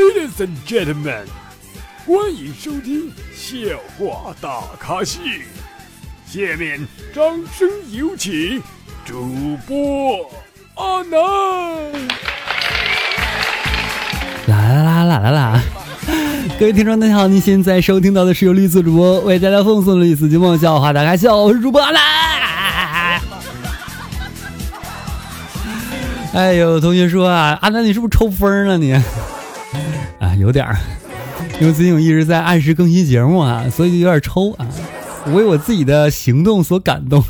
Ladies and gentlemen， 欢迎收听笑话大咖秀。下面掌声有请主播阿南。 啦！各位听众大家好，您现在收听到的是由绿色主播为大家奉送的绿色节目笑话大咖秀，我是主播阿南。哎呦，同学说啊，阿南你是不是抽风了你？啊，有点儿，因为最近我一直在按时更新节目啊，所以就有点抽啊，为我自己的行动所感动。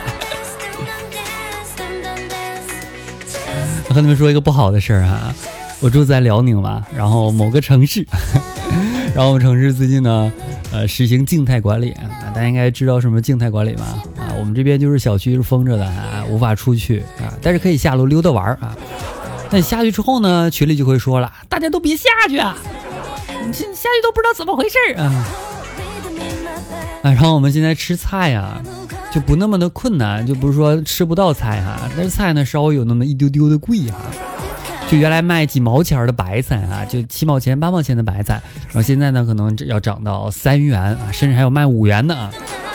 我和你们说一个不好的事儿啊，我住在辽宁嘛，然后某个城市，然后我们城市最近呢，实行静态管理啊，大家应该知道什么静态管理吧？啊，我们这边就是小区是封着的啊，无法出去啊，但是可以下楼溜达玩啊。那你下去之后呢，群里就会说了，大家都别下去啊，你下去都不知道怎么回事啊。然后我们现在吃菜啊，就不那么的困难，就不是说吃不到菜哈，但是菜呢稍微有那么一丢丢的贵哈。就原来卖几毛钱的白菜啊，就7毛钱8毛钱的白菜，然后现在呢可能要涨到3元啊，甚至还有卖5元的啊。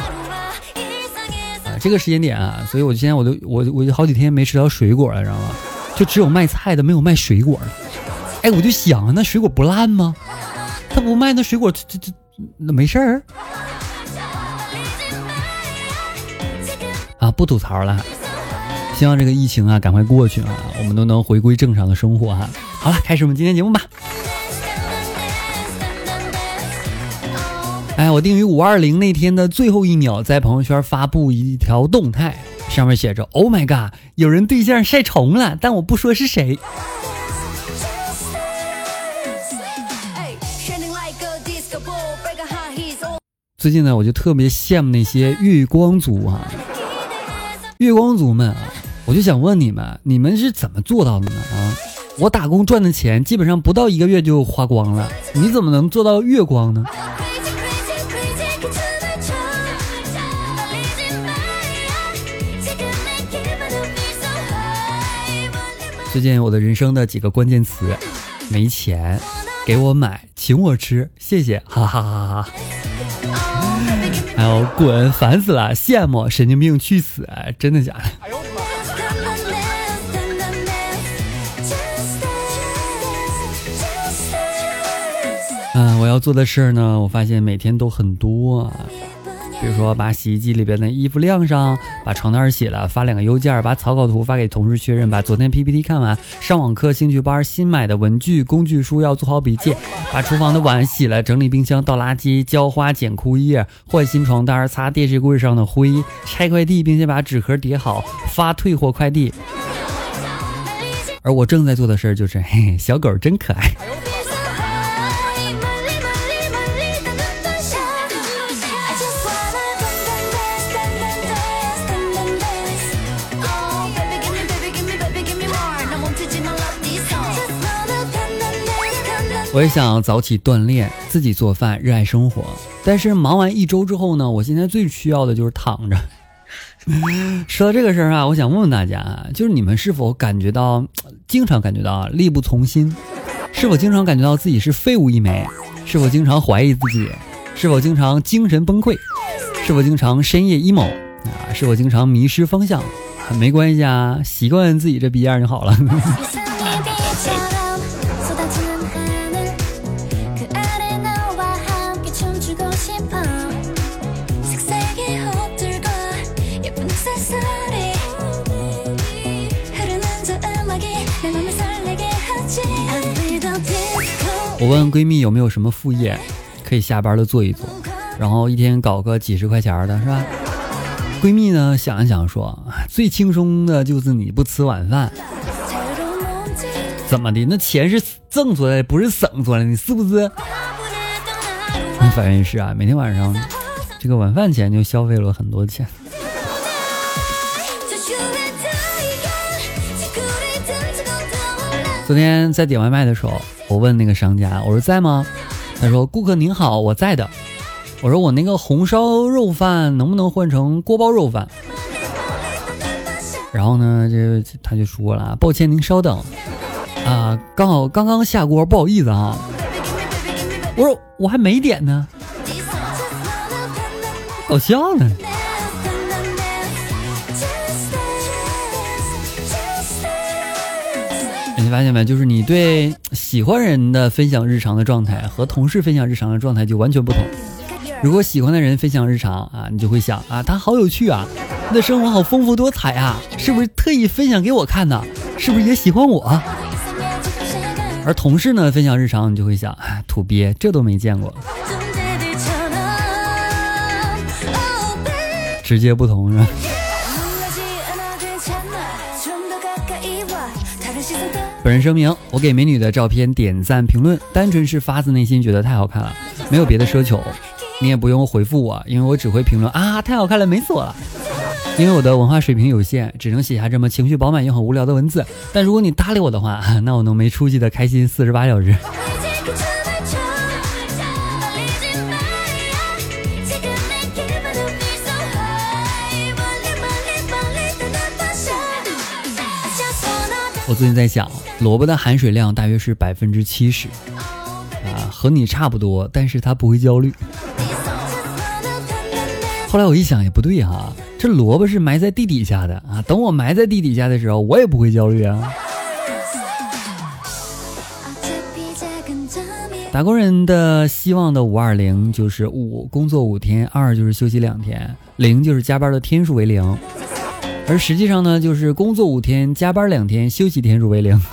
这个时间点啊，所以我现在我就好几天没吃到水果了，知道吗？就只有卖菜的，没有卖水果的。哎，我就想那水果不烂吗？他不卖那水果，那没事儿啊，不吐槽了。希望这个疫情啊赶快过去啊，我们都能回归正常的生活哈。好了，开始我们今天节目吧。哎，我定于520那天的最后一秒，在朋友圈发布一条动态，上面写着 ：“Oh my god， 有人对象晒虫了，但我不说是谁。”最近呢，我就特别羡慕那些月光族啊，月光族们啊。我就想问你们是怎么做到的呢？啊，我打工赚的钱基本上不到1个月就花光了，你怎么能做到月光呢？最近我的人生的几个关键词：没钱，给我买，请我吃，谢谢，哈哈哈哈。还有滚，烦死了，羡慕，神经病去死，真的假的？我要做的事儿呢，我发现每天都很多啊。比如说把洗衣机里边的衣服晾上，把床单洗了，发2个邮件，把草稿图发给同事确认，把昨天 PPT 看完，上网课、兴趣班、新买的文具、工具书要做好笔记，把厨房的碗洗了，整理冰箱、倒垃圾、浇花、剪枯叶、换新床单、擦电视柜上的灰、拆快递，并且把纸盒叠好，发退货快递。而我正在做的事儿就是，嘿，小狗真可爱。我也想早起锻炼，自己做饭，热爱生活。但是忙完1周之后呢，我现在最需要的就是躺着。说到这个事儿啊，我想问问大家啊，就是你们是否经常感觉到力不从心？是否经常感觉到自己是废物一枚？是否经常怀疑自己？是否经常精神崩溃？是否经常深夜 emo 啊？是否经常迷失方向？没关系啊，习惯自己这逼样就好了。我问闺蜜有没有什么副业可以下班了做一做，然后一天搞个几十块钱的，是吧？闺蜜呢想一想说，最轻松的就是你不吃晚饭。怎么的？那钱是挣出来的，不是省出来的，你是不是？反正是啊，每天晚上这个晚饭钱就消费了很多钱。昨天在点外卖的时候，我问那个商家，我说在吗？他说顾客您好，我在的。我说我那个红烧肉饭能不能换成锅包肉饭？然后呢，他就说了，抱歉您稍等啊，刚刚下锅，不好意思啊。我说我还没点呢，搞笑呢。你发现没？就是你对喜欢人的分享日常的状态和同事分享日常的状态就完全不同。如果喜欢的人分享日常啊，你就会想啊，他好有趣啊，他的生活好丰富多彩啊，是不是特意分享给我看的？是不是也喜欢我？而同事呢，分享日常，你就会想，哎，土鳖，这都没见过，直接不同是吧？本人声明，我给美女的照片点赞评论，单纯是发自内心觉得太好看了，没有别的奢求。你也不用回复我，因为我只会评论啊，太好看了，美死我了。因为我的文化水平有限，只能写下这么情绪饱满又很无聊的文字。但如果你搭理我的话，那我能没出息的开心48小时。我最近在想，萝卜的含水量大约是70%，和你差不多，但是它不会焦虑。后来我一想也不对哈，这萝卜是埋在地底下的啊，等我埋在地底下的时候，我也不会焦虑啊。打工人的希望的520就是5工作5天，2就是休息2天，0就是加班的天数为0，而实际上呢，就是工作5天，加班2天，休息天数为0。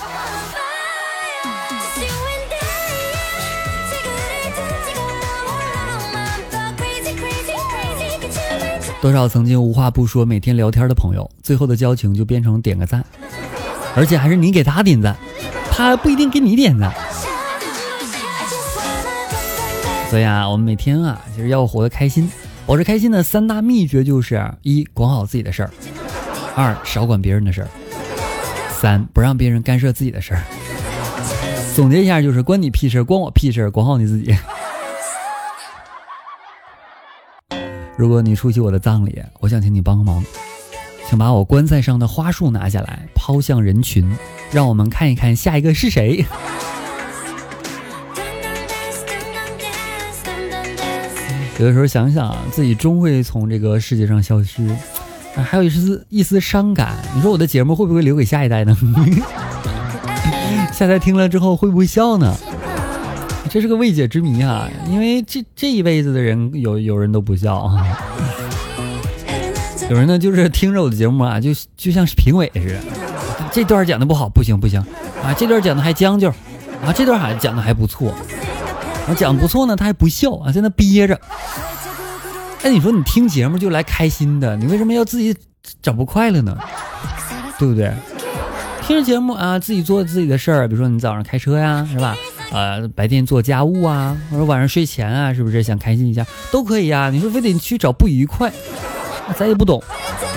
多少曾经无话不说每天聊天的朋友，最后的交情就变成点个赞，而且还是你给他点赞，他不一定给你点赞。所以啊，我们每天啊，其实要活得开心，保持开心的3大秘诀就是： 1管好自己的事儿，2少管别人的事儿，3不让别人干涉自己的事儿。总结一下就是关你屁事，关我屁事，管好你自己。如果你出席我的葬礼，我想请你帮忙，请把我棺材上的花束拿下来，抛向人群，让我们看一看下一个是谁。有的时候想想自己终会从这个世界上消失，还有一丝伤感。你说我的节目会不会留给下一代呢？下一代听了之后会不会笑呢？这是个未解之谜啊！因为这一辈子的人有人都不笑啊，有人呢就是听着我的节目啊，就像是评委似的，这段讲的不好，不行啊，这段讲的还将就啊，这段还讲的还不错，啊，讲不错呢他还不笑啊，在那憋着。哎，你说你听节目就来开心的，你为什么要自己整不快乐呢？对不对？听着节目啊，自己做自己的事儿，比如说你早上开车呀，是吧？白天做家务啊，或者晚上睡前啊，是不是想开心一下都可以啊？你说非得去找不愉快，咱也不懂。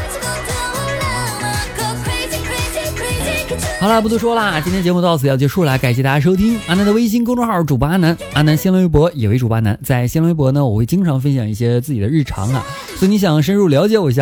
好了，不多说啦，今天节目到此要结束了，感谢大家收听阿南的微信公众号主播阿南，阿南新浪微博也为主播阿南，在新浪微博呢，我会经常分享一些自己的日常啊，所以你想深入了解我一下，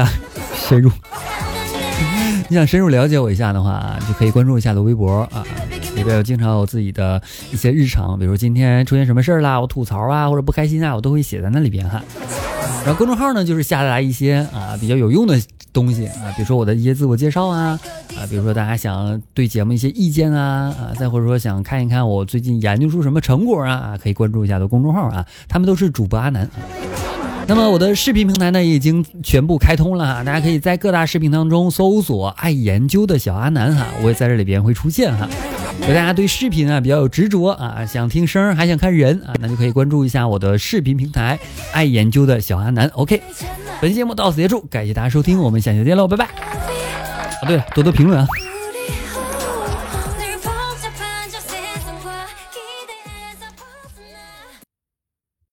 你想深入了解我一下的话，就可以关注一下我的微博啊，里边有经常有自己的一些日常，比如说今天出现什么事儿啦，我吐槽啊或者不开心啊，我都会写在那里边哈。然后公众号呢，就是下达一些比较有用的东西啊，比如说我的一些自我介绍啊，比如说大家想对节目一些意见啊，再或者说想看一看我最近研究出什么成果啊，可以关注一下我的公众号啊，他们都是主播阿南。那么我的视频平台呢，也已经全部开通了，大家可以在各大视频当中搜索爱研究的小阿南哈，我也在这里边会出现哈。如果大家对视频比较有执着啊，想听声还想看人啊，那就可以关注一下我的视频平台爱研究的小阿南。 OK， 本期节目到此结束，感谢大家收听，我们下期见喽，拜拜。对了，多多评论啊。